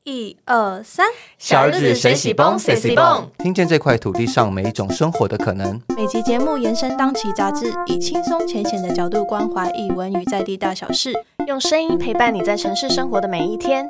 1、2、3， 小日子谁喜蹦谁喜蹦， 听见这块土地上每一种生活的可能。 每集节目延伸当期杂志，以轻松浅显的角度关怀艺文与在地大小事， 用声音陪伴你在城市生活的每一天。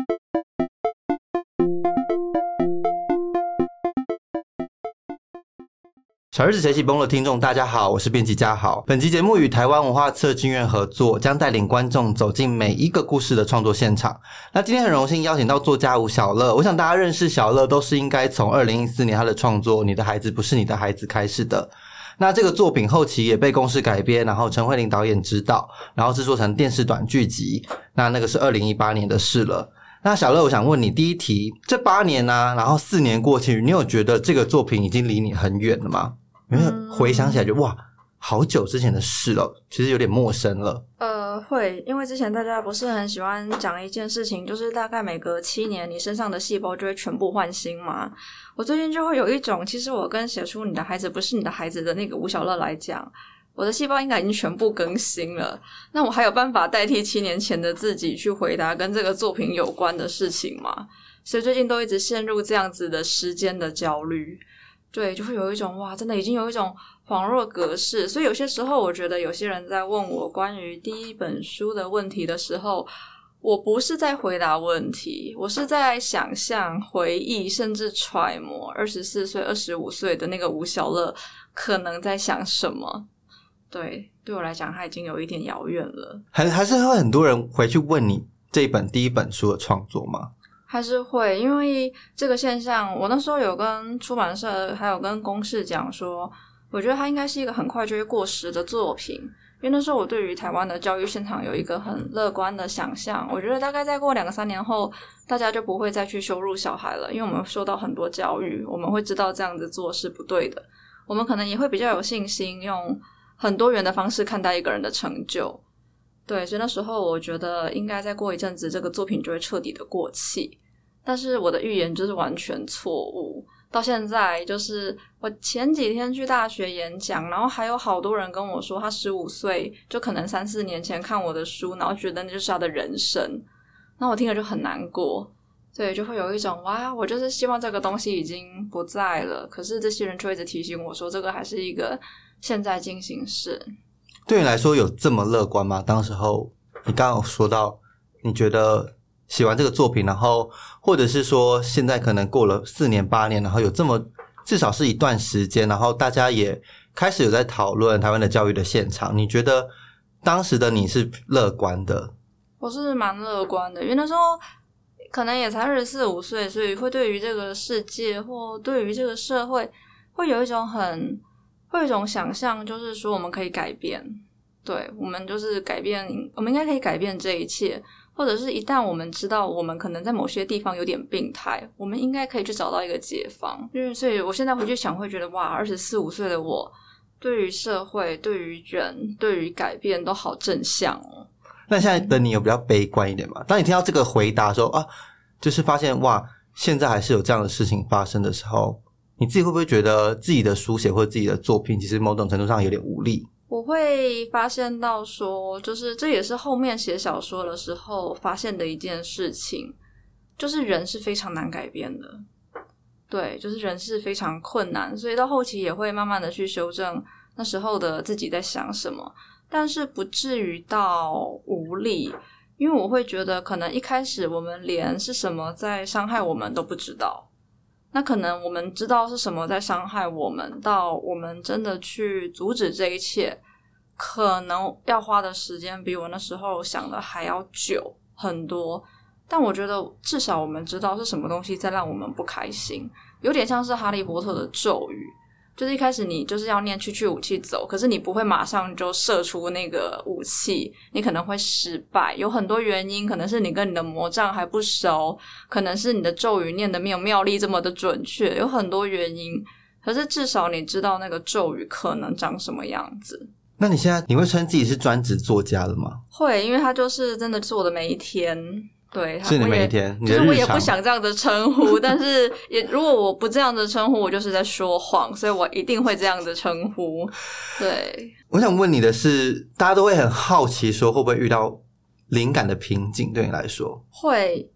小日子谁喜蹦的听众大家好，我是编辑嘉豪。本集节目与台湾文化策进院合作，将带领观众走进每一个故事的创作现场。那今天很荣幸邀请到作家吴晓乐，我想大家认识晓乐都是应该从2014年他的创作《你的孩子不是你的孩子》开始的。那这个作品后期也被公视改编，然后陈慧琳导演指导，然后制作成电视短剧集。那个是2018年的事了。那小乐，我想问你第一题，这8年啊，然后4年过去，你有觉得这个作品已经离你很远了吗？因为回想起来就哇，好久之前的事了，其实有点陌生了。 会，因为之前大家不是很喜欢讲一件事情，就是大概每隔7年你身上的细胞就会全部换新嘛。我最近就会有一种，其实我跟写出你的孩子不是你的孩子的那个吴晓乐来讲，我的细胞应该已经全部更新了。那我还有办法代替7年前的自己去回答跟这个作品有关的事情吗？所以最近都一直陷入这样子的时间的焦虑。对，就会有一种哇，真的已经有一种恍若隔世。所以有些时候我觉得有些人在问我关于第一本书的问题的时候，我不是在回答问题，我是在想象、回忆甚至揣摩24岁、25岁的那个吴晓乐可能在想什么。对我来讲他已经有一点遥远了。 还是会很多人回去问你这一本第一本书的创作吗？ 还是会，因为这个现象我那时候有跟出版社还有跟公视讲说，我觉得它应该是一个很快就会过时的作品。因为那时候我对于台湾的教育现场有一个很乐观的想象，我觉得大概再过2-3年后大家就不会再去羞辱小孩了，因为我们受到很多教育，我们会知道这样子做是不对的，我们可能也会比较有信心用很多元的方式看待一个人的成就。对，所以那时候我觉得应该再过一阵子这个作品就会彻底的过气。但是我的预言就是完全错误，到现在就是我前几天去大学演讲，然后还有好多人跟我说他15岁就可能3-4年前看我的书，然后觉得那就是他的人生，那我听了就很难过。对，就会有一种哇，我就是希望这个东西已经不在了，可是这些人就一直提醒我说这个还是一个现在进行式。 对你来说有这么乐观吗？当时候你刚刚有说到你觉得写完这个作品，然后或者是说现在可能过了4年8年，然后有这么至少是一段时间，然后大家也开始有在讨论台湾的教育的现场，你觉得当时的你是乐观的？ 我是蛮乐观的，因为那时候可能也才24、25岁，所以会对于这个世界或对于这个社会会有一种想象，就是说我们可以改变。对，我们就是改变，我们应该可以改变这一切，或者是一旦我们知道我们可能在某些地方有点病态，我们应该可以去找到一个解方。所以我现在回去想会觉得哇，24、25岁的我对于社会、对于人、对于改变都好正向哦。 那现在的你有比较悲观一点吗？当你听到这个回答的时候啊，就是发现哇现在还是有这样的事情发生的时候，你自己会不会觉得自己的书写或者自己的作品其实某种程度上有点无力？ 我会发现到说，就是这也是后面写小说的时候发现的一件事情，就是人是非常难改变的。对，就是人是非常困难，所以到后期也会慢慢的去修正那时候的自己在想什么，但是不至于到无力。因为我会觉得可能一开始我们连是什么在伤害我们都不知道，那可能我们知道是什么在伤害我们，到我们真的去阻止这一切，可能要花的时间比我那时候想的还要久很多。但我觉得至少我们知道是什么东西在让我们不开心，有点像是哈利波特的咒语，就是一开始你就是要念去武器走，可是你不会马上就射出那个武器，你可能会失败，有很多原因，可能是你跟你的魔杖还不熟，可能是你的咒语念的没有妙丽这么的准确，有很多原因，可是至少你知道那个咒语可能长什么样子。 那你现在你会称自己是专职作家了吗？ 会，因为它就是真的是我的每一天。对， 是你每一天， 就是我也不想这样的称呼，但是如果我不这样的称呼，我就是在说谎，所以我一定会这样的称呼。对， 我想问你的是，大家都会很好奇说会不会遇到灵感的瓶颈，对你来说？ 会，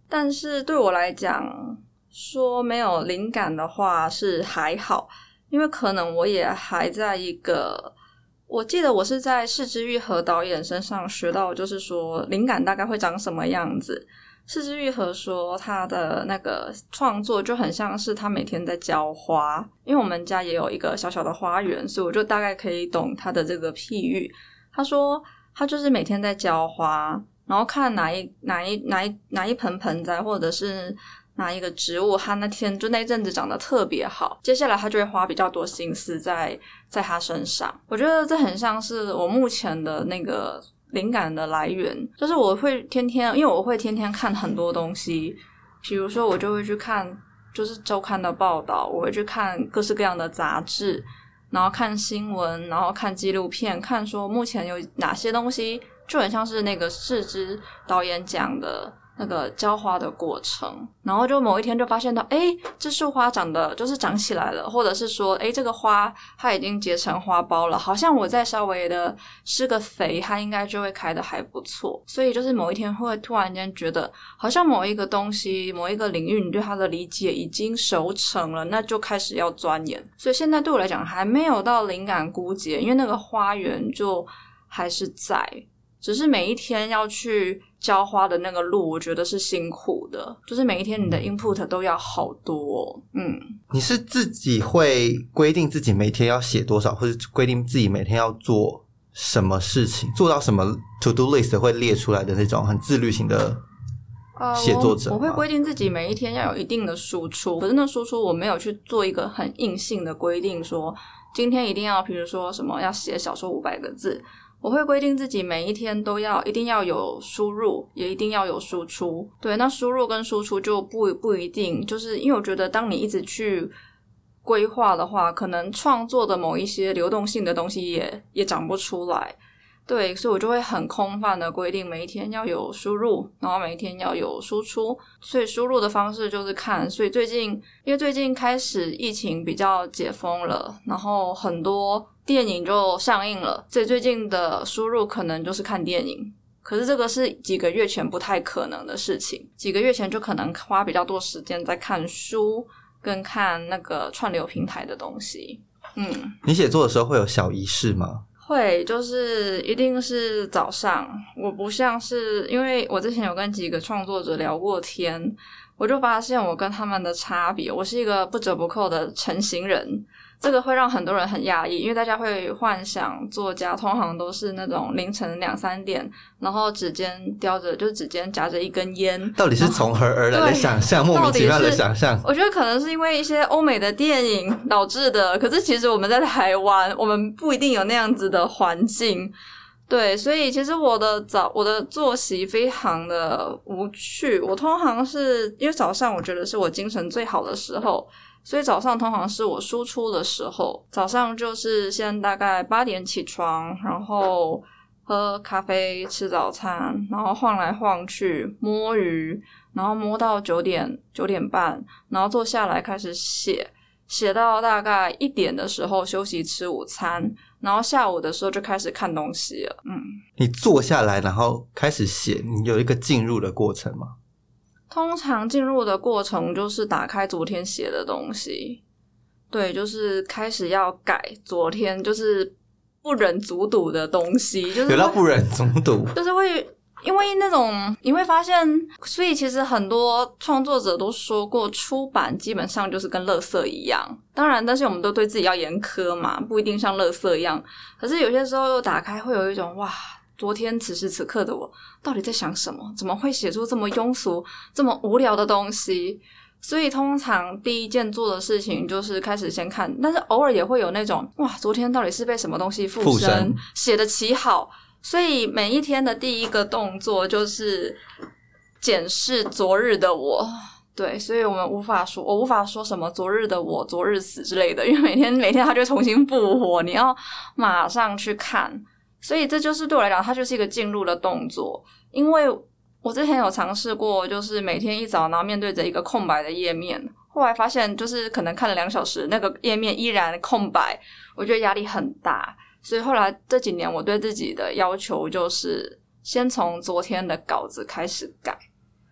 但是对我来讲，说没有灵感的话是还好，因为可能我也还在一个，我记得我是在是枝裕和导演身上学到，就是说灵感大概会长什么样子。是枝裕和说他的那个创作就很像是他每天在浇花，因为我们家也有一个小小的花园，所以我就大概可以懂他的这个譬喻。他说他就是每天在浇花，然后看哪一盆盆栽或者是哪一个植物他那天就那阵子长得特别好，接下来他就会花比较多心思在他身上。我觉得这很像是我目前的那个灵感的来源，就是我会因为我会天天看很多东西，比如说我就会去看就是周刊的报道，我会去看各式各样的杂志，然后看新闻，然后看纪录片，看说目前有哪些东西，就很像是那个是枝导演讲的那个浇花的过程，然后就某一天就发现到这束花长起来了，或者是说这个花它已经结成花苞了，好像我再稍微的施个肥它应该就会开得还不错。所以就是某一天会突然间觉得好像某一个东西某一个领域你对它的理解已经熟成了，那就开始要钻研。所以现在对我来讲还没有到灵感枯竭，因为那个花园就还是在，只是每一天要去浇花的那个路我觉得是辛苦的，就是每一天你的 input 都要好多。 你是自己会规定自己每天要写多少，或者规定自己每天要做什么事情，做到什么 to do list 会列出来的那种很自律型的写作者吗？ 我会规定自己每一天要有一定的输出，可是那输出我没有去做一个很硬性的规定说今天一定要比如说什么要写小说500个字，我会规定自己每一天一定要有输入，也一定要有输出。对，那输入跟输出就不一定，就是因为我觉得当你一直去规划的话，可能创作的某一些流动性的东西也长不出来。对，所以我就会很空泛的规定每一天要有输入，然后每一天要有输出。所以输入的方式就是看，所以因为最近开始疫情比较解封了，然后很多电影就上映了，所以最近的输入可能就是看电影。可是这个是几个月前不太可能的事情，几个月前就可能花比较多时间在看书跟看那个串流平台的东西。 你写作的时候会有小仪式吗？ 会，就是一定是早上。我不像是，因为我之前有跟几个创作者聊过天，我就发现我跟他们的差别，我是一个不折不扣的晨型人。这个会让很多人很讶异，因为大家会幻想作家通常都是那种凌晨2-3点，然后指尖夹着一根烟。 到底是从何而来的想象？莫名其妙的想象。 我觉得可能是因为一些欧美的电影导致的，可是其实我们在台湾，我们不一定有那样子的环境。对，所以其实我的作息非常的无趣。我通常是因为早上我觉得是我精神最好的时候，所以早上通常是我输出的时候。早上就是先大概8点起床，然后喝咖啡吃早餐，然后晃来晃去摸鱼，然后摸到9点半，然后坐下来开始写到大概1点的时候休息吃午餐，然后下午的时候就开始看东西了。 你坐下来然后开始写，你有一个进入的过程吗？ 通常进入的过程就是打开昨天写的东西，对，就是开始要改昨天就是不忍卒读的东西，就是有到不忍卒读， 就是会因为那种你会发现，所以其实很多创作者都说过，出版基本上就是跟垃圾一样。当然，但是我们都对自己要严苛嘛，不一定像垃圾一样。可是有些时候打开会有一种哇，昨天此时此刻的我到底在想什么？怎么会写出这么庸俗、这么无聊的东西？所以通常第一件做的事情就是开始先看，但是偶尔也会有那种哇，昨天到底是被什么东西附身写得奇好。所以每一天的第一个动作就是检视昨日的我。对，所以我无法说什么昨日的我昨日死之类的，因为每天它就会重新复活，你要马上去看。所以这就是对我来讲，它就是一个进入的动作。因为我之前有尝试过，就是每天一早然后面对着一个空白的页面，后来发现就是可能看了2小时，那个页面依然空白，我觉得压力很大。所以后来这几年我对自己的要求就是先从昨天的稿子开始改。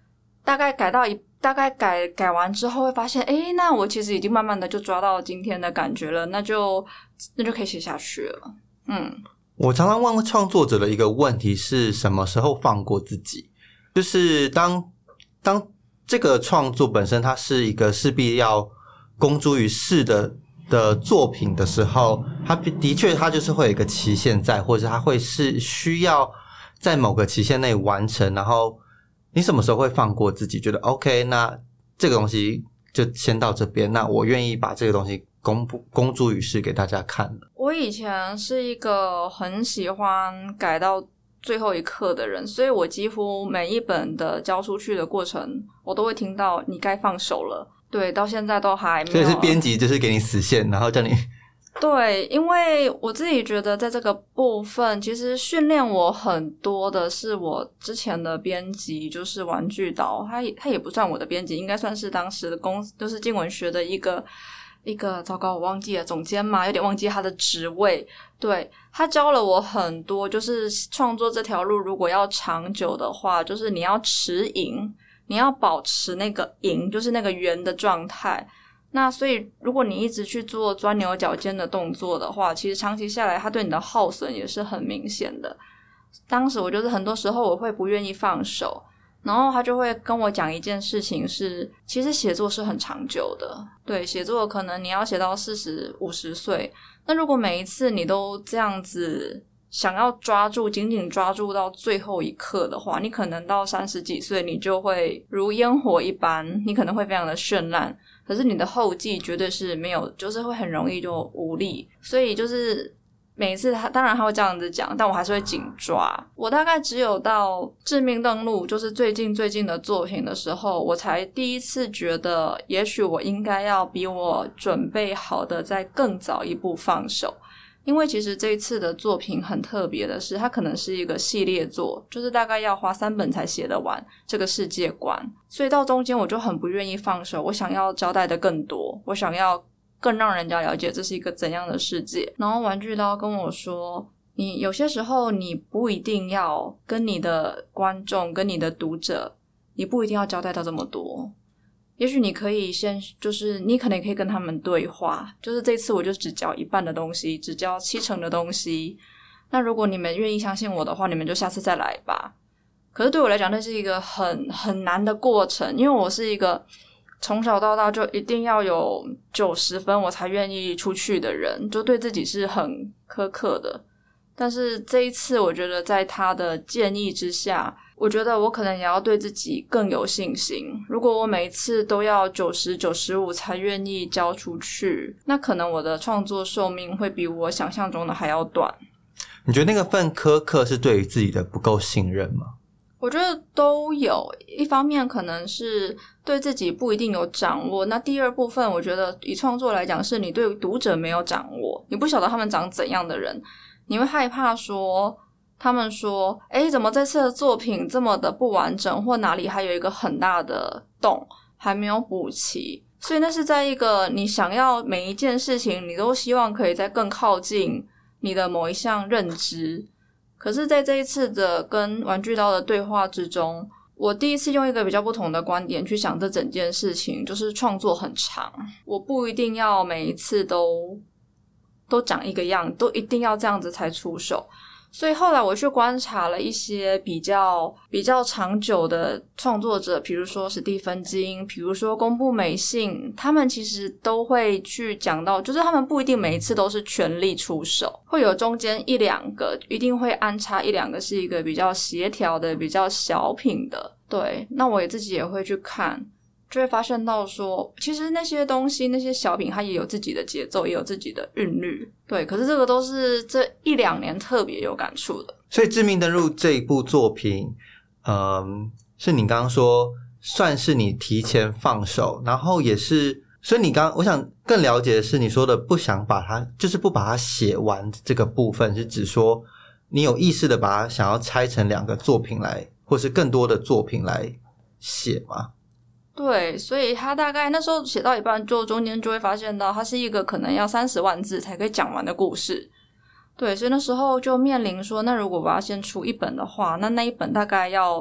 大概改完之后会发现，那我其实已经慢慢的就抓到今天的感觉了，那就可以写下去了。 我常常问创作者的一个问题是什么时候放过自己，就是当这个创作本身它是一个势必要公诸于世的作品的时候，它的确它就是会有一个期限在，或者它会是需要在某个期限内完成，然后你什么时候会放过自己，觉得 OK， 那这个东西就先到这边，那我愿意把这个东西公诸于世给大家看了。 我以前是一个很喜欢改到最后一刻的人，所以我几乎每一本的交出去的过程我都会听到你该放手了。对，到现在都还没有。 所以是编辑就是给你死线，然后叫你对，因为我自己觉得在这个部分其实训练我很多的是我之前的编辑，就是玩具岛，他也不算我的编辑，应该算是当时的就是静文学的一个糟糕我忘记了总监嘛，有点忘记他的职位。对，他教了我很多，就是创作这条路如果要长久的话，就是你要持盈，你要保持那个盈，就是那个圆的状态。那所以如果你一直去做钻牛角尖的动作的话，其实长期下来它对你的耗损也是很明显的。当时我就是很多时候我会不愿意放手，然后他就会跟我讲一件事情是，其实写作是很长久的。对，写作可能你要写到40、50岁，那如果每一次你都这样子想要紧紧抓住到最后一刻的话，你可能到30几岁你就会如烟火一般，你可能会非常的绚烂，可是你的后继绝对是没有，就是会很容易就无力。所以就是每一次当然他会这样子讲，但我还是会紧抓。我大概只有到致命登陆就是最近的作品的时候，我才第一次觉得也许我应该要比我准备好的再更早一步放手。因为其实这一次的作品很特别的是，它可能是一个系列作，就是大概要花3本才写得完这个世界观，所以到中间我就很不愿意放手，我想要交代的更多，我想要更让人家了解这是一个怎样的世界。然后玩具刀跟我说，你有些时候你不一定要跟你的观众跟你的读者，你不一定要交代到这么多，也许你可以就是你可能也可以跟他们对话，就是这次我就只教一半的东西，只教70%的东西，那如果你们愿意相信我的话，你们就下次再来吧。可是对我来讲那是一个很难的过程，因为我是一个从小到大就一定要有90分我才愿意出去的人，就对自己是很苛刻的。但是这一次我觉得在他的建议之下，我觉得我可能也要对自己更有信心。如果我每一次都要90、95才愿意交出去，那可能我的创作寿命会比我想象中的还要短。 你觉得那个份苛刻是对于自己的不够信任吗？ 我觉得都有，一方面可能是对自己不一定有掌握，那第二部分我觉得以创作来讲是你对读者没有掌握，你不晓得他们长怎样的人，你会害怕说他们说怎么这次的作品这么的不完整，或哪里还有一个很大的洞还没有补齐，所以那是在一个你想要每一件事情你都希望可以再更靠近你的某一项认知。可是在这一次的跟玩具刀的对话之中，我第一次用一个比较不同的观点去想这整件事情，就是创作很长，我不一定要每一次都长一个样，都一定要这样子才出手。所以后来我去观察了一些比较长久的创作者，比如说史蒂芬金，比如说宫部美幸，他们其实都会去讲到，就是他们不一定每一次都是全力出手，会有中间1-2个一定会安插1-2个是一个比较协调的比较小品的。对，那我自己也会去看，就会发现到说其实那些东西那些小品它也有自己的节奏，也有自己的韵律。对，可是这个都是这1-2年特别有感触的。 所以致命登陆这一部作品是你刚刚说算是你提前放手，然后也是所以我想更了解的是你说的不想把它就是不把它写完这个部分，是指说你有意识的把它想要拆成2个作品来，或是更多的作品来写吗？ 对，所以他大概那时候写到一半，就中间就会发现到它是一个可能要30万字才可以讲完的故事。对，所以那时候就面临说，那如果我要先出1本的话，那一本大概要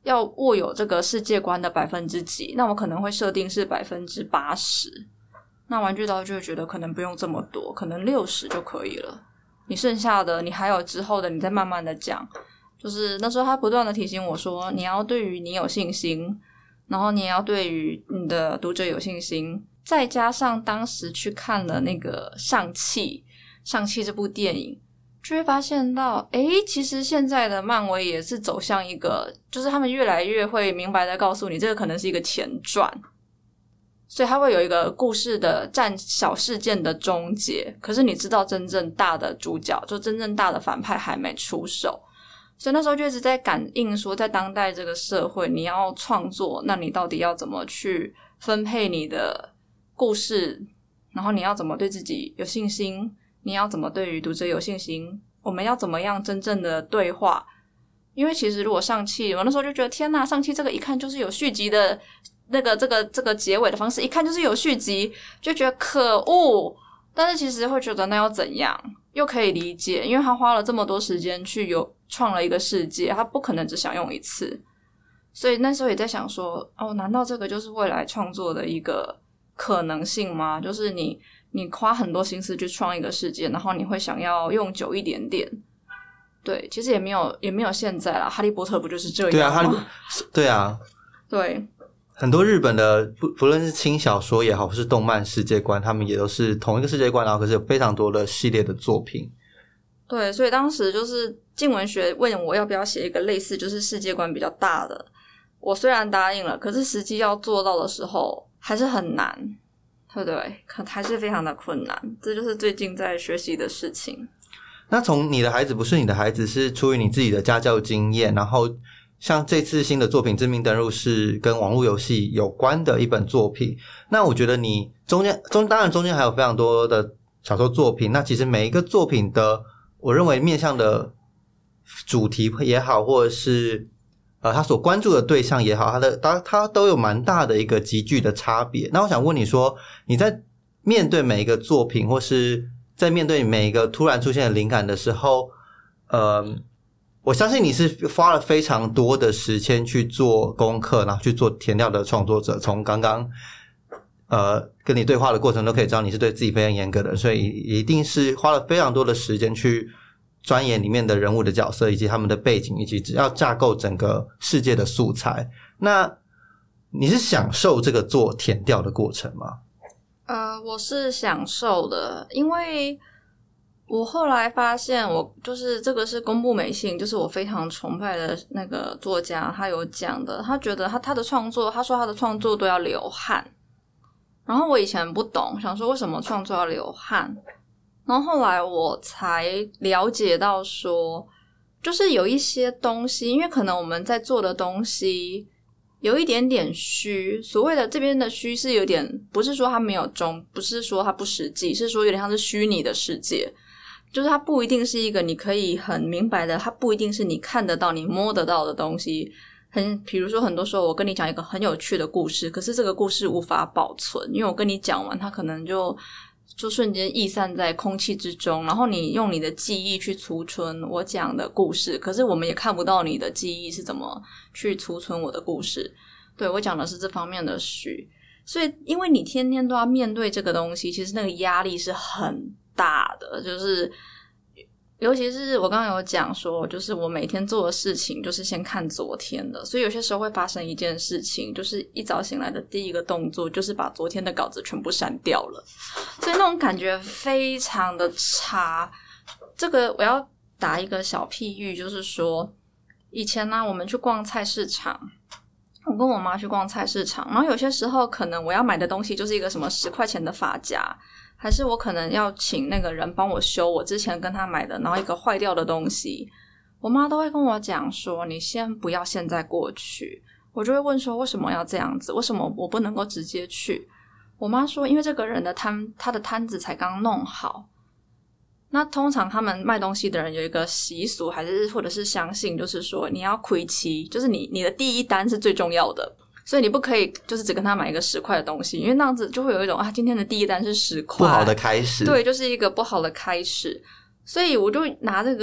要握有这个世界观的几%，那我可能会设定是80%。那玩具刀就会觉得可能不用这么多，可能60就可以了。你剩下的，你还有之后的，你再慢慢的讲。就是那时候他不断的提醒我说，你要对于你有信心，然后你也要对于你的读者有信心。再加上当时去看了那个上汽这部电影，就会发现到其实现在的漫威也是走向一个，就是他们越来越会明白的告诉你，这个可能是一个前传，所以它会有一个故事的占小事件的终结，可是你知道真正大的主角，就真正大的反派还没出手。所以那时候就一直在感应说，在当代这个社会，你要创作，那你到底要怎么去分配你的故事，然后你要怎么对自己有信心，你要怎么对于读者有信心，我们要怎么样真正的对话。因为其实如果上汽，我那时候就觉得天哪，上汽这个一看就是有续集的这个结尾的方式，一看就是有续集，就觉得可恶。但是其实会觉得那要怎样，又可以理解，因为他花了这么多时间去创了一个世界，他不可能只想用一次。所以那时候也在想说，难道这个就是未来创作的一个可能性吗？就是你花很多心思去创一个世界，然后你会想要用久一点点。对，其实也没有现在啦，哈利波特不就是这样吗？ 对啊， 对， 很多日本的不论是轻小说也好，或是动漫世界观，他们也都是同一个世界观，然后可是有非常多的系列的作品。 对，所以当时就是静文学问我要不要写一个类似就是世界观比较大的，我虽然答应了，可是实际要做到的时候还是很难，对不对？还是非常的困难，这就是最近在学习的事情。 那从你的孩子不是你的孩子，是出于你自己的家教经验，然后像这次新的作品《致命登入》是跟网络游戏有关的一本作品。那我觉得你当然中间还有非常多的小说作品，那其实每一个作品的我认为面向的主题也好，或者是他所关注的对象也好，他都有蛮大的一个急剧的差别。那我想问你说，你在面对每一个作品，或是在面对每一个突然出现的灵感的时候，我相信你是花了非常多的时间去做功课，然后去做填料的创作者。从刚刚跟你对话的过程都可以知道你是对自己非常严格的，所以一定是花了非常多的时间去钻研里面的人物的角色，以及他们的背景，以及只要架构整个世界的素材。那你是享受这个做填调的过程吗？ 我是享受的，因为我后来发现，我就是这个是宫部美幸，就是我非常崇拜的那个作家，他有讲的，他觉得他的创作，他说他的创作都要流汗。然后我以前不懂，想说为什么创作要流汗，然后后来我才了解到说，就是有一些东西，因为可能我们在做的东西有一点点虚，所谓的这边的虚是有点，不是说它没有中，不是说它不实际，是说有点像是虚拟的世界，就是它不一定是一个你可以很明白的，它不一定是你看得到你摸得到的东西。比如说很多时候我跟你讲一个很有趣的故事，可是这个故事无法保存，因为我跟你讲完它可能就瞬间逸散在空气之中，然后你用你的记忆去储存我讲的故事，可是我们也看不到你的记忆是怎么去储存我的故事。对，我讲的是这方面的虚，所以因为你天天都要面对这个东西，其实那个压力是很大的，就是尤其是我刚刚有讲说，就是我每天做的事情就是先看昨天的，所以有些时候会发生一件事情，就是一早醒来的第一个动作就是把昨天的稿子全部删掉了，所以那种感觉非常的差。这个我要打一个小譬喻，就是说以前呢，我们去逛菜市场，我跟我妈去逛菜市场，然后有些时候可能我要买的东西就是一个什么10块钱的发夹，还是我可能要请那个人帮我修我之前跟他买的然后一个坏掉的东西，我妈都会跟我讲说你先不要现在过去。我就会问说为什么要这样子，为什么我不能够直接去。我妈说因为这个人的他的摊子才刚弄好，那通常他们卖东西的人有一个习俗，或者是相信，就是说你要亏期，就是你的第一单是最重要的，所以你不可以就是只跟他买一个10块的东西，因为那样子就会有一种今天的第一单是10块， 不好的开始。 对，就是一个不好的开始。所以我就拿这个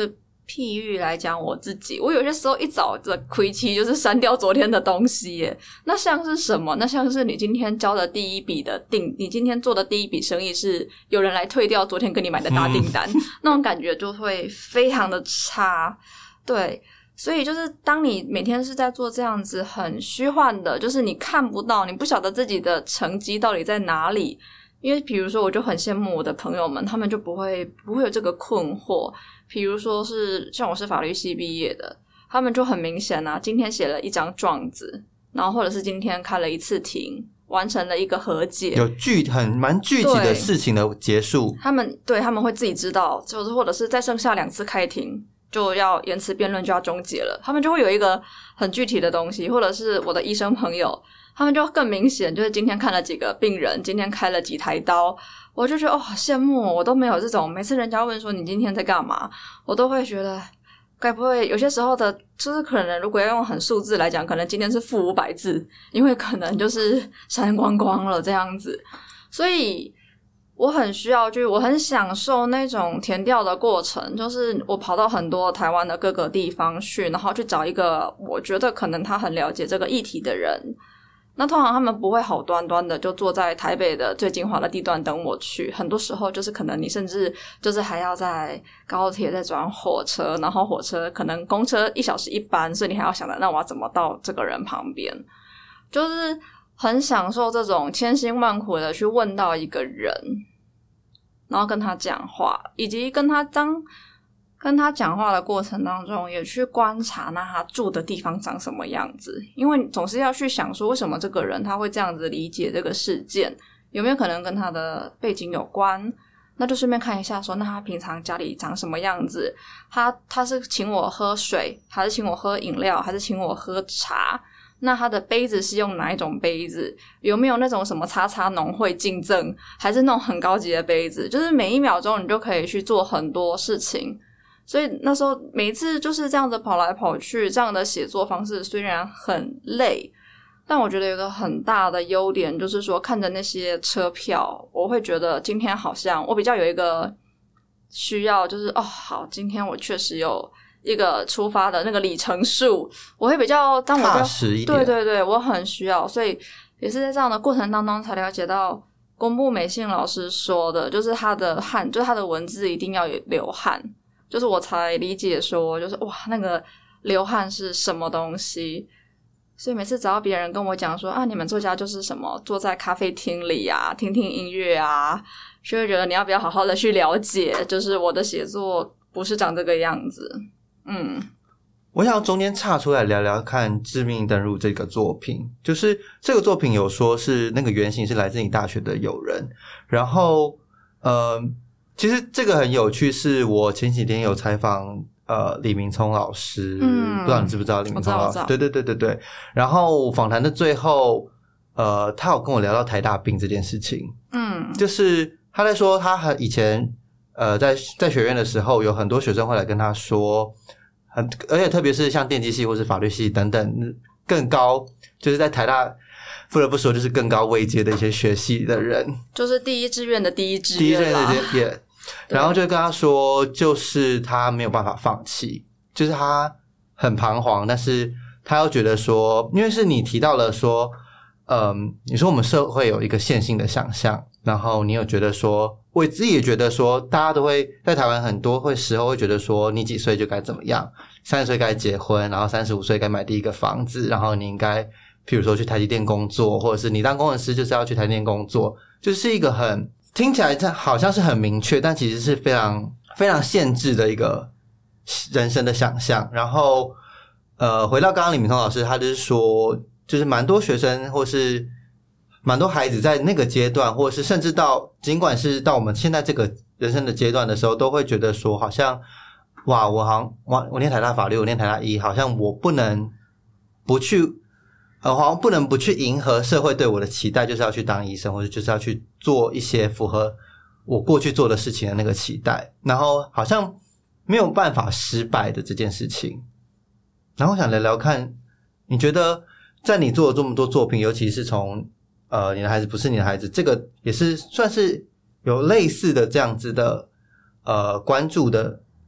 譬喻来讲我自己，我有些时候一早的亏期就是删掉昨天的东西耶。那像是什么？那像是你今天交的第一笔的你今天做的第一笔生意是有人来退掉昨天跟你买的大订单，那种感觉就会非常的差。对，所以就是当你每天是在做这样子很虚幻的，就是你看不到，你不晓得自己的成绩到底在哪里。因为比如说我就很羡慕我的朋友们，他们就不会有这个困惑。比如说是像我是法律系毕业的，他们就很明显啊，今天写了一张状子，然后或者是今天开了一次庭，完成了一个和解， 有蛮具体的事情的结束。他们会自己知道，就是或者是再剩下2次开庭就要言辞辩论就要终结了，他们就会有一个很具体的东西。或者是我的医生朋友，他们就更明显，就是今天看了几个病人，今天开了几台刀，我就觉得好羡慕我都没有这种。每次人家问说你今天在干嘛，我都会觉得该不会有些时候的就是可能如果要用很数字来讲，可能今天是负500字，因为可能就是删光光了这样子。所以我很需要我很享受那种填调的过程，就是我跑到很多台湾的各个地方去，然后去找一个我觉得可能他很了解这个议题的人。那通常他们不会好端端的就坐在台北的最精华的地段等我去，很多时候就是可能你甚至就是还要在高铁再转火车，然后火车可能公车1小时1班，所以你还要想着那我要怎么到这个人旁边，就是很享受这种千辛万苦的去问到一个人，然后跟他讲话，以及跟他讲话的过程当中也去观察那他住的地方长什么样子，因为总是要去想说为什么这个人他会这样子理解这个事件，有没有可能跟他的背景有关，那就顺便看一下说那他平常家里长什么样子，他是请我喝水还是请我喝饮料还是请我喝茶，那他的杯子是用哪一种杯子，有没有那种什么叉叉农会进赠，还是那种很高级的杯子，就是每一秒钟你就可以去做很多事情。所以那时候每一次就是这样子跑来跑去，这样的写作方式虽然很累，但我觉得有一个很大的优点，就是说看着那些车票，我会觉得今天好像我比较有一个需要，就是好，今天我确实有一个出发的那个里程数，我会比较踏实一点。 对，我很需要，所以也是在这样的过程当中才了解到公部美信老师说的，就是他的汗，就是他的文字一定要有流汗。就是我才理解说，就是哇，那个流汗是什么东西。所以每次只要别人跟我讲说你们作家就是什么坐在咖啡厅里啊，听听音乐啊，就会觉得你要不要好好的去了解，就是我的写作不是长这个样子。 我想要中间岔出来聊聊看《致命登入》这个作品，就是这个作品有说是那个原型是来自你大学的友人，然后其实这个很有趣，是我前几天有采访李明聪老师，不知道你知不知道李明聪老师？对。然后访谈的最后，他有跟我聊到台大病这件事情，就是他在说他以前在学院的时候，有很多学生会来跟他说，而且特别是像电机系或是法律系等等更高，就是在台大。不得不说，就是更高位阶的一些学系的人， 就是第一志愿的第一志愿啦。 然后就跟他说，就是他没有办法放弃，就是他很彷徨，但是他又觉得说，因为是你提到了说，你说我们社会有一个线性的想象，然后你有觉得说，我自己也觉得说，大家都会在台湾很多时候会觉得说，你几岁就该怎么样，30岁该结婚，然后35岁该买第一个房子，然后你应该譬如说去台积电工作，或者是你当工程师就是要去台积电工作，就是一个很听起来好像是很明确，但其实是非常非常限制的一个人生的想象。然后回到刚刚李明聪老师，他就是说，就是蛮多学生或是蛮多孩子在那个阶段，或者是甚至尽管是到我们现在这个人生的阶段的时候，都会觉得说，好像哇，我念台大法律，我念台大医，好像我不能不去。好像不能不去迎合社会对我的期待，就是要去当医生，或者就是要去做一些符合我过去做的事情的那个期待，然后好像没有办法失败的这件事情。然后我想聊聊看，你觉得在你做了这么多作品，尤其是从你的孩子不是你的孩子，这个也是算是有类似的这样子的关注的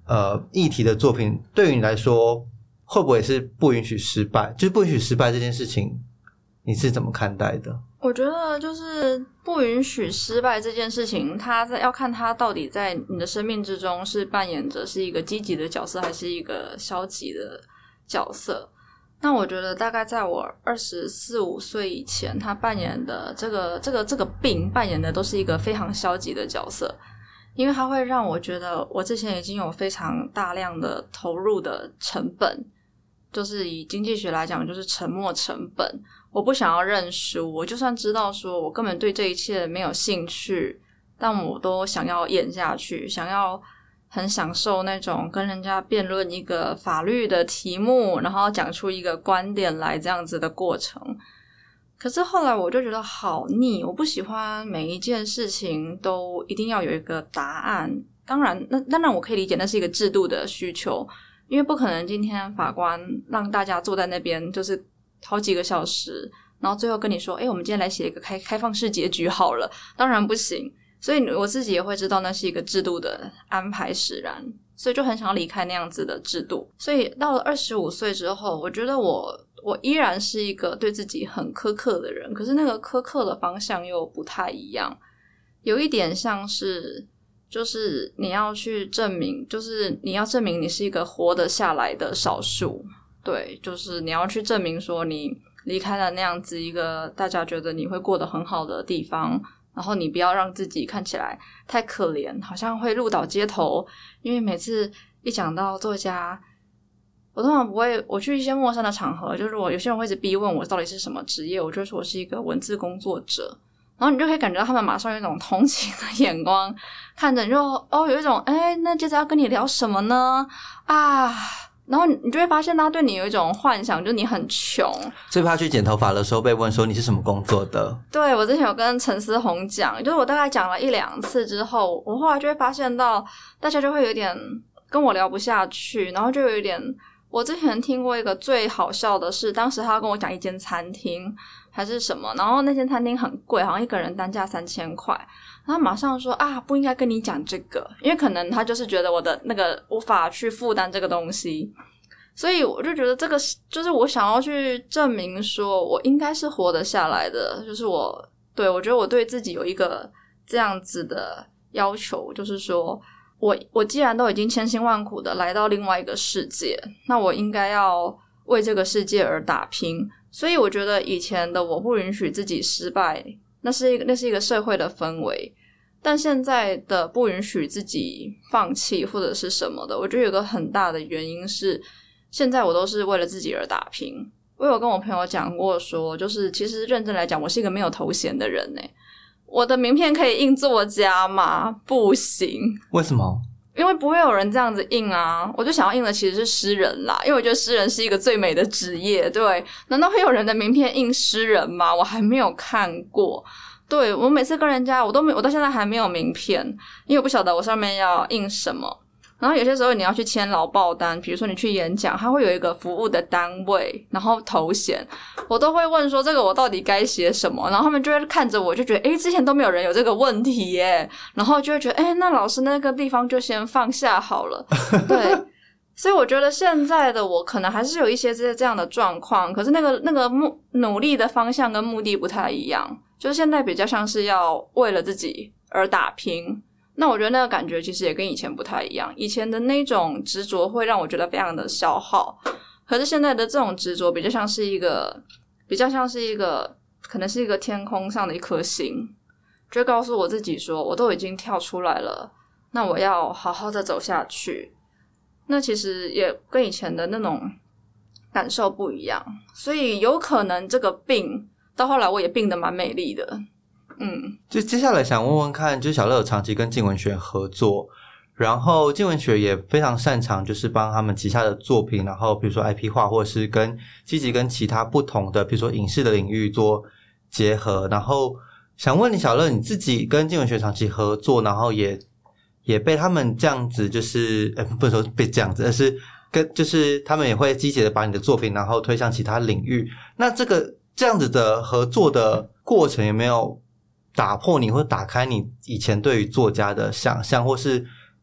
议题的作品，对于你来说会不会是不允许失败？就是不允许失败这件事情，你是怎么看待的？ 我觉得就是不允许失败这件事情，要看他到底在你的生命之中是扮演着是一个积极的角色，还是一个消极的角色。那我觉得大概在我24、25岁以前，他扮演的这个病扮演的都是一个非常消极的角色，因为它会让我觉得我之前已经有非常大量的投入的成本，就是以经济学来讲就是沉没成本。我不想要认输，我就算知道说我根本对这一切没有兴趣，但我都想要演下去，想要很享受那种跟人家辩论一个法律的题目，然后讲出一个观点来这样子的过程。可是后来我就觉得好腻，我不喜欢每一件事情都一定要有一个答案。当然我可以理解那是一个制度的需求，因为不可能今天法官让大家坐在那边就是好几个小时，然后最后跟你说我们今天来写一个开放式结局好了，当然不行。所以我自己也会知道那是一个制度的安排使然，所以就很想离开那样子的制度。所以到了25岁之后，我觉得我依然是一个对自己很苛刻的人，可是那个苛刻的方向又不太一样，有一点像是就是你要去证明，就是你要证明你是一个活得下来的少数。对，就是你要去证明说你离开了那样子一个大家觉得你会过得很好的地方，然后你不要让自己看起来太可怜，好像会路倒街头。因为每次一讲到作家，我通常不会，我去一些陌生的场合，就是有些人会一直逼问我到底是什么职业，我就说我是一个文字工作者，然后你就可以感觉到他们马上有一种同情的眼光看着你，就有一种那接着要跟你聊什么呢然后你就会发现他对你有一种幻想，就是你很穷。 最怕去剪头发的时候被问说你是什么工作的。 对，我之前有跟陈思宏讲，就是我大概讲了1-2次之后，我后来就会发现到大家就会有点跟我聊不下去，然后就有一点，我之前听过一个最好笑的是，当时他要跟我讲一间餐厅还是什么，然后那间餐厅很贵，好像一个人单价3000块，然后马上说不应该跟你讲这个，因为可能他就是觉得我的那个无法去负担这个东西。所以我就觉得这个就是我想要去证明说我应该是活得下来的，就是我觉得我对自己有一个这样子的要求，就是说我既然都已经千辛万苦的来到另外一个世界，那我应该要为这个世界而打拼。所以我觉得以前的我不允许自己失败，那是一个社会的氛围，但现在的不允许自己放弃或者是什么的，我觉得有个很大的原因是现在我都是为了自己而打拼。我有跟我朋友讲过说，就是其实认真来讲，我是一个没有头衔的人耶。我的名片可以印作家吗？不行。 为什么？ 因为不会有人这样子印啊，我就想要印的其实是诗人啦，因为我觉得诗人是一个最美的职业。对，难道会有人的名片印诗人吗？我还没有看过。对，我每次跟人家我到现在还没有名片，因为我不晓得我上面要印什么。然后有些时候你要去签劳报单，比如说你去演讲，它会有一个服务的单位，然后头衔，我都会问说这个我到底该写什么，然后他们就会看着我就觉得之前都没有人有这个问题耶，然后就会觉得那老师那个地方就先放下好了。对，所以我觉得现在的我可能还是有一些这样的状况，可是那个努力的方向跟目的不太一样，就是现在比较像是要为了自己而打拼。那我觉得那个感觉其实也跟以前不太一样，以前的那种执着会让我觉得非常的消耗，可是现在的这种执着比较像是一个可能是一个天空上的一颗星，就会告诉我自己说我都已经跳出来了，那我要好好的走下去。那其实也跟以前的那种感受不一样，所以有可能这个病到后来我也病得蛮美丽的。 就接下来想问问看，就是小乐有长期跟静文学合作，然后静文学也非常擅长就是帮他们旗下的作品，然后比如说 IP 化或者是积极跟其他不同的比如说影视的领域做结合。然后想问你小乐，你自己跟静文学长期合作，然后也被他们这样子就是不是说被这样子，而是就是他们也会积极的把你的作品然后推向其他领域。那这样子的合作的过程有没有打破你或打开你以前对于作家的想象，或是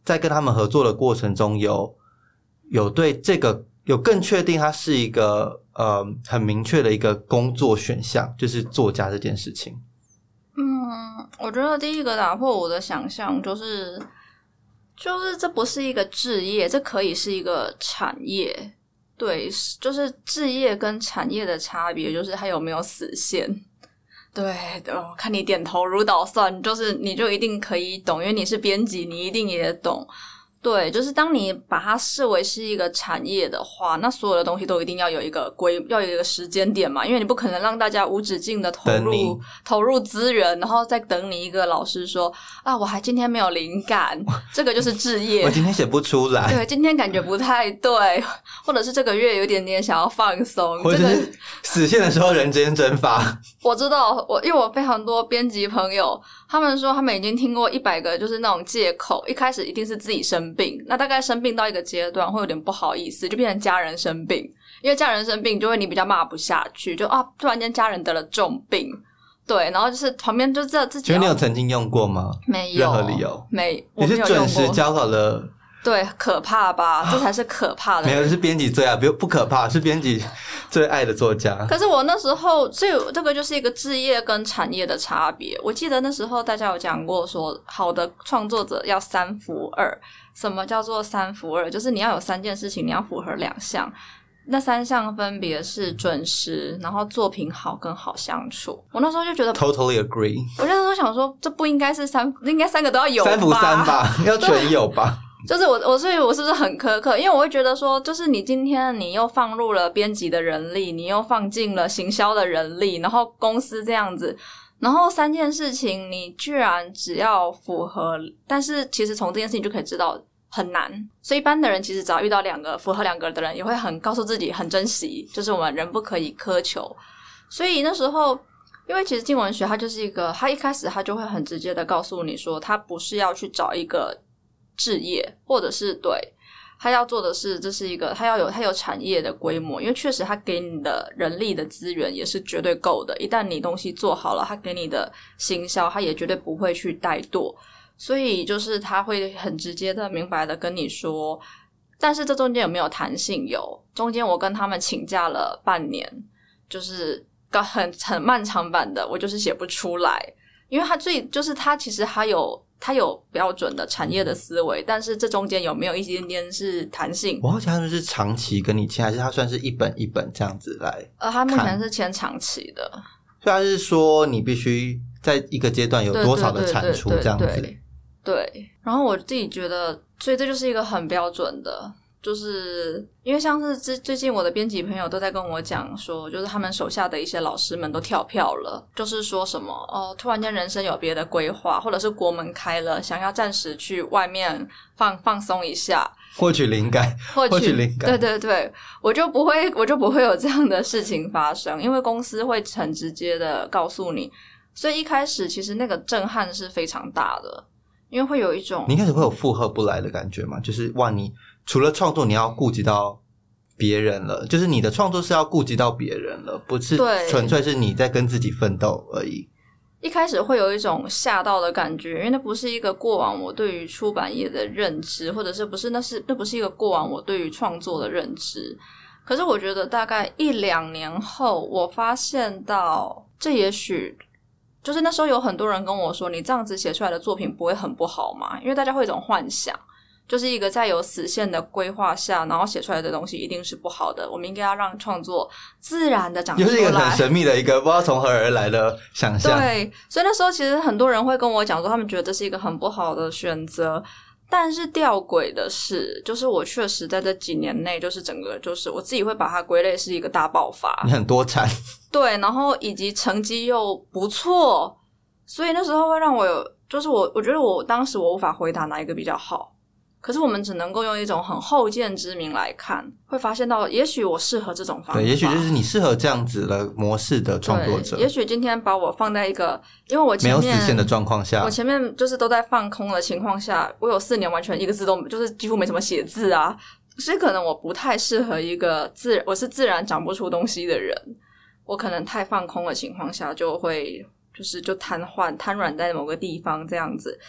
在跟他们合作的过程中有对这个有更确定它是一个很明确的一个工作选项，就是作家这件事情？ 我觉得第一个打破我的想象就是这不是一个职业，这可以是一个产业。对，就是职业跟产业的差别就是它有没有死线。对，我看你点头如捣蒜，就是你就一定可以懂，因为你是编辑，你一定也懂。对，就是当你把它视为是一个产业的话，那所有的东西都一定要有一个时间点嘛，因为你不可能让大家无止境的投入资源，然后再等你一个老师说啊，我还今天没有灵感，这个就是置业。 我今天写不出来， 对，今天感觉不太对，或者是这个月有点点想要放松， 或者是死线的时候人间蒸发。 我知道，因为我非常多编辑朋友，他们说他们已经听过100个就是那种借口，一开始一定是自己生病，那大概生病到一个阶段会有点不好意思，就变成家人生病，因为家人生病就会你比较骂不下去，就突然间家人得了重病，对，然后就是旁边就知道自己。 觉得你有曾经用过吗？ 没有， 任何理由？ 我没有用过。 你是准时交稿的。 对，可怕吧？这才是可怕的。 没有，是编辑最爱，不可怕，是编辑最爱的作家。 可是我那时候，所以这个就是一个职业跟产业的差别。我记得那时候大家有讲过说，好的创作者要3符2。什么叫做3符2？就是你要有3件事情，你要符合2项。那3项分别是准时，然后作品好跟好相处。我那时候就觉得 totally agree。我那时候想说，这不应该是应该3个都要有吧？3 符3吧，要全有吧？ 就是所以我是不是很苛刻？因为我会觉得说，就是你今天你又放入了编辑的人力，你又放进了行销的人力，然后公司这样子，然后3件事情你居然只要符合，但是其实从这件事情就可以知道很难。所以一般的人其实只要遇到符合2个的人，也会很告诉自己很珍惜，就是我们人不可以苛求。所以那时候，因为其实静文学它就是一个，它一开始它就会很直接的告诉你说，它不是要去找一个置业，或者是对他要做的是，这是一个他有产业的规模，因为确实他给你的人力的资源也是绝对够的，一旦你东西做好了，他给你的行销他也绝对不会去怠惰，所以就是他会很直接的明白的跟你说，但是这中间有没有弹性？有，中间我跟他们请假了半年，就是很漫长版的，我就是写不出来，因为他其实他有标准的产业的思维，但是这中间有没有一点点是弹性？ 我好奇他们是长期跟你签，还是他算是一本一本这样子来？ 他目前是签长期的， 所以他是说你必须在一个阶段有多少的产出这样子。 对，然后我自己觉得，所以这就是一个很标准的。就是因为像是最近我的编辑朋友都在跟我讲说，就是他们手下的一些老师们都跳票了，就是说什么突然间人生有别的规划，或者是国门开了，想要暂时去外面放松一下， 获取灵感。 对，我就不会有这样的事情发生，因为公司会很直接的告诉你，所以一开始其实那个震撼是非常大的，因为会有一种你一开始会有负荷不来的感觉吗？就是哇，你除了创作你要顾及到别人了，就是你的创作是要顾及到别人了，不是纯粹是你在跟自己奋斗而已。 一开始会有一种吓到的感觉，因为那不是一个过往我对于出版业的认知，或者是那不是一个过往我对于创作的认知。可是我觉得大概1-2年后，我发现到这也许就是那时候有很多人跟我说，你这样子写出来的作品不会很不好吗？因为大家会有一种幻想，就是一个在有死线的规划下，然后写出来的东西一定是不好的，我们应该要让创作自然的长出来。 就是一个很神秘的一个不知道从何而来的想象。 对，所以那时候其实很多人会跟我讲说，他们觉得这是一个很不好的选择。但是吊诡的是，就是我确实在这几年内，就是整个就是我自己会把它归类是一个大爆发。 你很多产。 对，然后以及成绩又不错，所以那时候会让我有，就是我觉得我当时我无法回答哪一个比较好。可是我们只能够用一种很后见之明来看，会发现到也许我适合这种方法， 对，也许就是你适合这样子的模式的创作者。 也许今天把我放在一个，因为我前面没有死线的状况下， 我前面就是都在放空的情况下，我有4年完全一个字都就是几乎没什么写字啊，所以可能我不太适合一个我是自然长不出东西的人，我可能太放空的情况下就会就瘫软在某个地方这样子。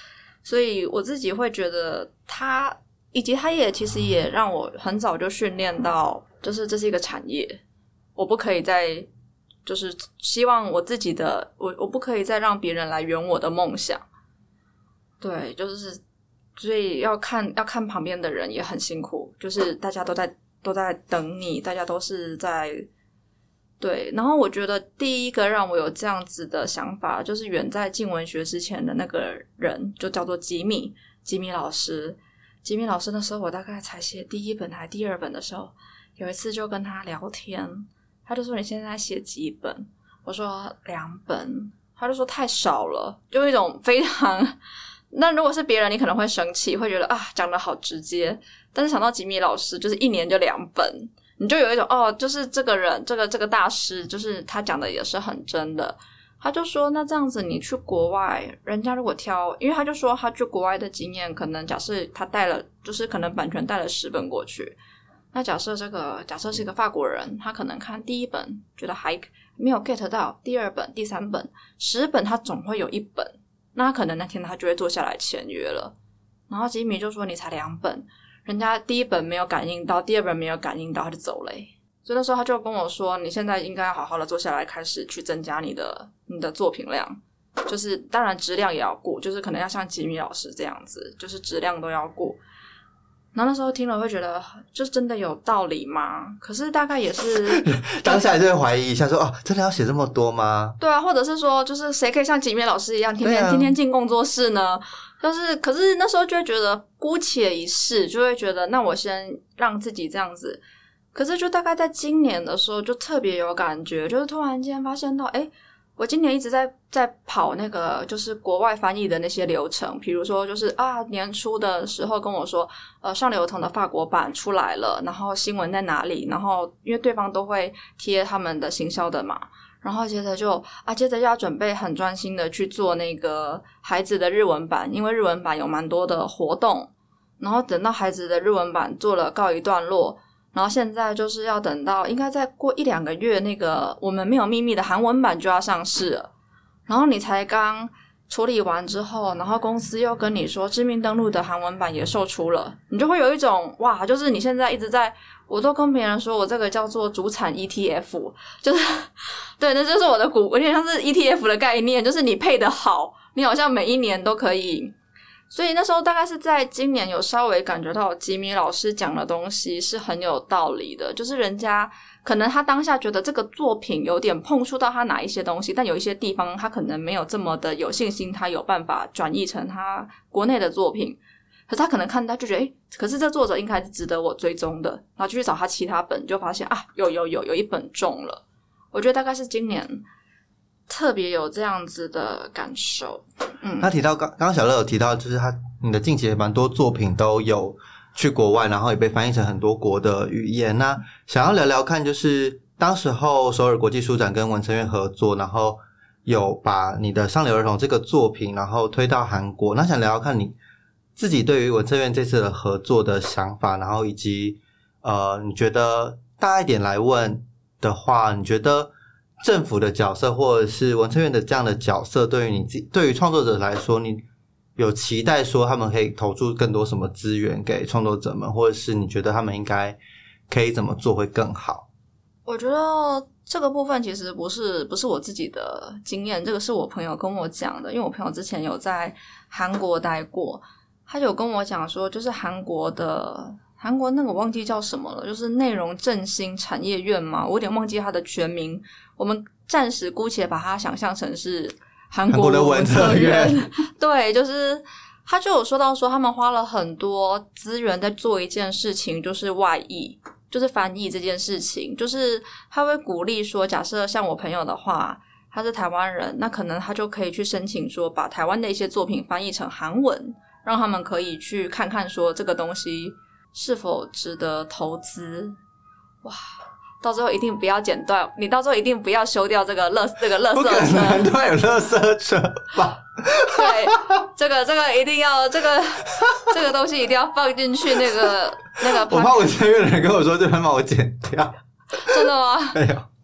所以我自己会觉得他，以及他也其实也让我很早就训练到，就是这是一个产业，我不可以再就是希望我自己的我不可以再让别人来圆我的梦想。对，就是所以要看旁边的人也很辛苦，就是大家都在等你，大家都是在对。然后我觉得第一个让我有这样子的想法，就是远在进文学之前的那个人，就叫做吉米老师。吉米老师那时候我大概才写第一本还第二本的时候，有一次就跟他聊天，他就说你现在写几本？我说2本，他就说太少了，就一种非常。那如果是别人你可能会生气，会觉得啊讲得好直接，但是想到吉米老师就是1年就2本，你就有一种就是这个人这个大师，就是他讲的也是很真的。他就说那这样子你去国外，人家如果挑，因为他就说他去国外的经验，可能假设他带了，就是可能版权带了10本过去，那假设是一个法国人，他可能看第1本觉得还没有 get 到，第2本第3本10本他总会有1本，那他可能那天他就会坐下来签约了。然后吉米就说你才2本，人家第1本没有感应到，第2本没有感应到，他就走了。所以那时候他就跟我说你现在应该要好好的坐下来，开始去增加你的作品量，就是当然质量也要顾，就是可能要像吉米老师这样子，就是质量都要顾。然后那时候听了会觉得就真的有道理吗？可是大概也是当下还是会怀疑一下说真的要写这么多吗？ 对啊，或者是说就是谁可以像吉米老师一样天天进工作室呢？就是可是那时候就会觉得姑且一试，就会觉得那我先让自己这样子。可是就大概在今年的时候就特别有感觉，就是突然间发现到我今年一直在跑那个就是国外翻译的那些流程，比如说就是年初的时候跟我说上流堂的法国版出来了，然后新闻在哪里，然后因为对方都会贴他们的行销的嘛，然后接着就要准备很专心的去做那个孩子的日文版，因为日文版有蛮多的活动，然后等到孩子的日文版做了告一段落，然后现在就是要等到应该再过1-2个月，那个我们没有秘密的韩文版就要上市了，然后你才刚处理完之后，然后公司又跟你说知名登录的韩文版也售出了，你就会有一种哇，就是你现在一直在，我都跟别人说我这个叫做主产 ETF， 就是对，那就是我的股，有点像是 ETF 的概念，就是你配得好，你好像每一年都可以。所以那时候大概是在今年有稍微感觉到吉米老师讲的东西是很有道理的，就是人家可能他当下觉得这个作品有点碰触到他哪一些东西，但有一些地方他可能没有这么的有信心他有办法转译成他国内的作品，可是他可能看他就觉得可是这作者应该是值得我追踪的，然后就去找他其他本，就发现有一本中了。我觉得大概是今年特别有这样子的感受。 他提到刚刚小乐有提到，就是你的近期也蛮多作品都有去国外，然后也被翻译成很多国的语言。那想要聊聊看，就是当时候首尔国际书展跟文策院合作，然后有把你的上流儿童这个作品然后推到韩国，那想聊聊看你自己对于文策院这次的合作的想法，然后以及你觉得大一点来问的话，你觉得政府的角色或者是文策院的这样的角色对于创作者来说，你有期待说他们可以投注更多什么资源给创作者们，或者是你觉得他们应该可以怎么做会更好？ 我觉得这个部分其实不是我自己的经验，这个是我朋友跟我讲的，因为我朋友之前有在韩国待过，他有跟我讲说就是韩国那个我忘记叫什么了，就是内容振兴产业院嘛，我有点忘记它的全名，我们暂时姑且把它想象成是韩国的文策院。对，就是他就有说到说他们花了很多资源在做一件事情，就是外译，就是翻译这件事情，就是他会鼓励说假设像我朋友的话他是台湾人，那可能他就可以去申请说把台湾的一些作品翻译成韩文，让他们可以去看看说这个东西是否值得投资。哇，到最后一定不要剪断，你到最后一定不要修掉这个垃圾车， 不可能都有垃圾车吧？ 对，这个一定要这个东西一定要放进去那个。 我怕文策院的人跟我说这番把我剪掉。 真的吗？ 没有。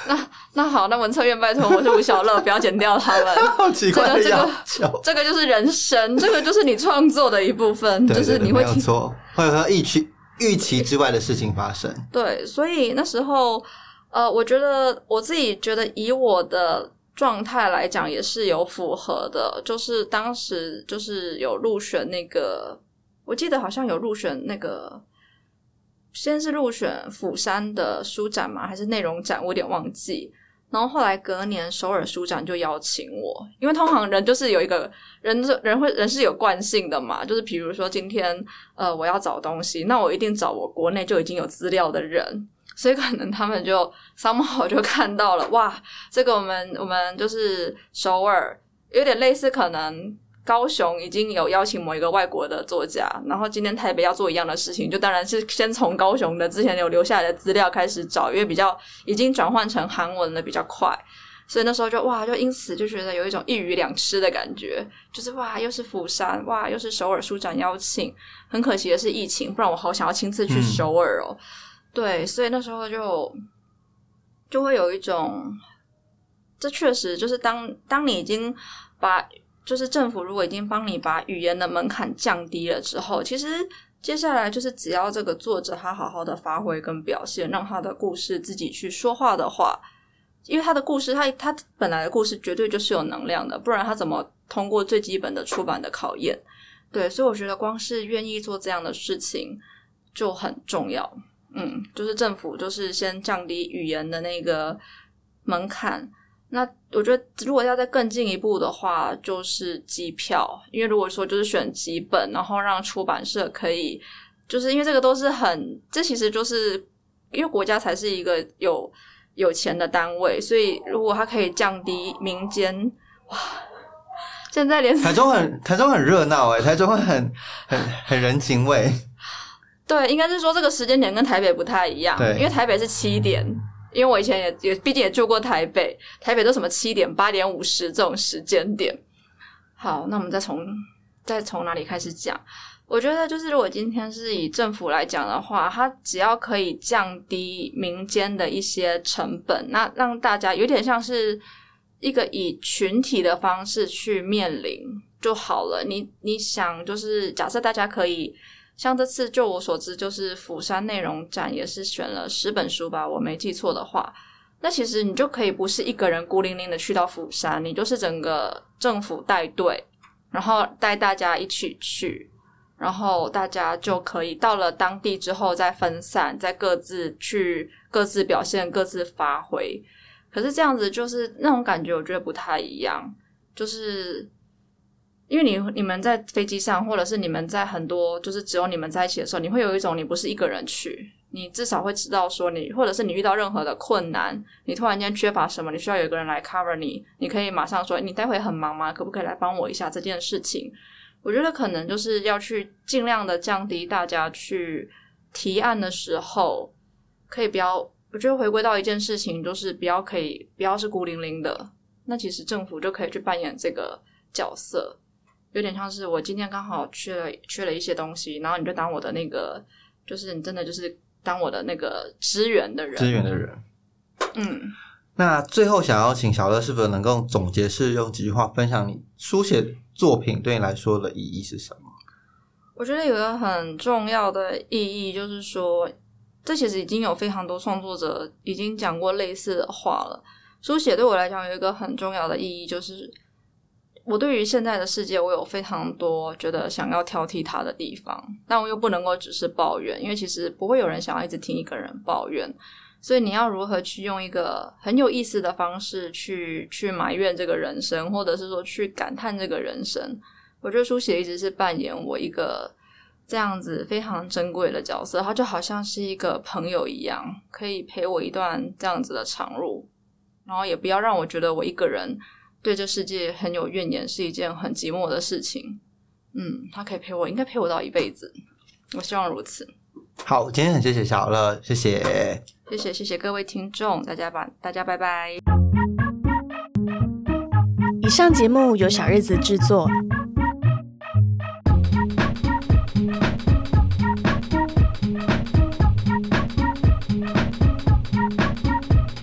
那好，那文策院拜托我是吴小乐，不要剪掉他们。 好奇怪的要求， 这个就是人生，这个就是你创作的一部分， 对对对， 就是你会没有错，会有预期之外的事情发生。 对，所以那时候我觉得我自己觉得以我的状态来讲也是有符合的，就是当时就是有入选那个，我记得好像有入选那个，先是入选釜山的书展嘛，还是内容展，我有点忘记。然后后来隔年首尔书展就邀请我，因为通常人就是有一个人是有惯性的嘛，就是比如说今天我要找东西，那我一定找我国内就已经有资料的人，所以可能他们就 somehow 就看到了，哇，这个我们就是首尔有点类似，可能高雄已经有邀请某一个外国的作家，然后今天台北要做一样的事情，就当然是先从高雄的之前有留下来的资料开始找，因为比较已经转换成韩文了比较快，所以那时候就哇，就因此就觉得有一种一鱼两吃的感觉，就是哇，又是釜山，哇，又是首尔书展邀请，很可惜的是疫情，不然我好想要亲自去首尔哦。对，所以那时候就会有一种，这确实就是当你已经就是政府如果已经帮你把语言的门槛降低了之后，其实接下来就是只要这个作者他好好的发挥跟表现，让他的故事自己去说话的话，因为他的故事他本来的故事绝对就是有能量的，不然他怎么通过最基本的出版的考验。对，所以我觉得光是愿意做这样的事情就很重要。就是政府就是先降低语言的那个门槛，那我觉得如果要再更进一步的话就是机票，因为如果说就是选几本，然后让出版社可以，就是因为这个都是这其实就是因为国家才是一个有钱的单位，所以如果它可以降低民间，哇，现在连台中很热闹台中很人情味。 对，应该是说这个时间点跟台北不太一样， 对， 因为台北是7点，因为我以前也毕竟也住过台北都什么7点、8点50这种时间点。好，那我们再从哪里开始讲？我觉得就是如果今天是以政府来讲的话，它只要可以降低民间的一些成本，那让大家有点像是一个以群体的方式去面临就好了。你想就是假设大家可以像这次就我所知就是釜山内容展也是选了10本书吧，我没记错的话，那其实你就可以不是一个人孤零零的去到釜山，你就是整个政府带队，然后带大家一起去，然后大家就可以到了当地之后再分散，再各自表现各自发挥。可是这样子就是那种感觉我觉得不太一样，就是因为你们在飞机上，或者是你们在很多就是只有你们在一起的时候，你会有一种你不是一个人去，你至少会知道说或者是你遇到任何的困难，你突然间缺乏什么，你需要有一个人来 cover 你，你可以马上说你待会很忙吗？可不可以来帮我一下这件事情？我觉得可能就是要去尽量的降低大家去提案的时候，可以不要，我觉得回归到一件事情，就是不要是孤零零的，那其实政府就可以去扮演这个角色。有点像是我今天刚好缺了一些东西，然后你就当我的那个，就是你真的就是当我的那个支援的人。 那最后想要请小乐是否能够总结式用几句话分享你书写作品对你来说的意义是什么？ 我觉得有一个很重要的意义就是说，这其实已经有非常多创作者已经讲过类似的话了。书写对我来讲有一个很重要的意义，就是我对于现在的世界我有非常多觉得想要挑剔它的地方，但我又不能够只是抱怨，因为其实不会有人想要一直听一个人抱怨，所以你要如何去用一个很有意思的方式去埋怨这个人生，或者是说去感叹这个人生。我觉得书写一直是扮演我一个这样子非常珍贵的角色，它就好像是一个朋友一样，可以陪我一段这样子的长路，然后也不要让我觉得我一个人对这世界很有怨言是一件很寂寞的事情。他可以应该陪我到一辈子，我希望如此。 好，今天很谢谢小乐，谢谢各位听众，大家拜拜。 以上节目由小日子制作，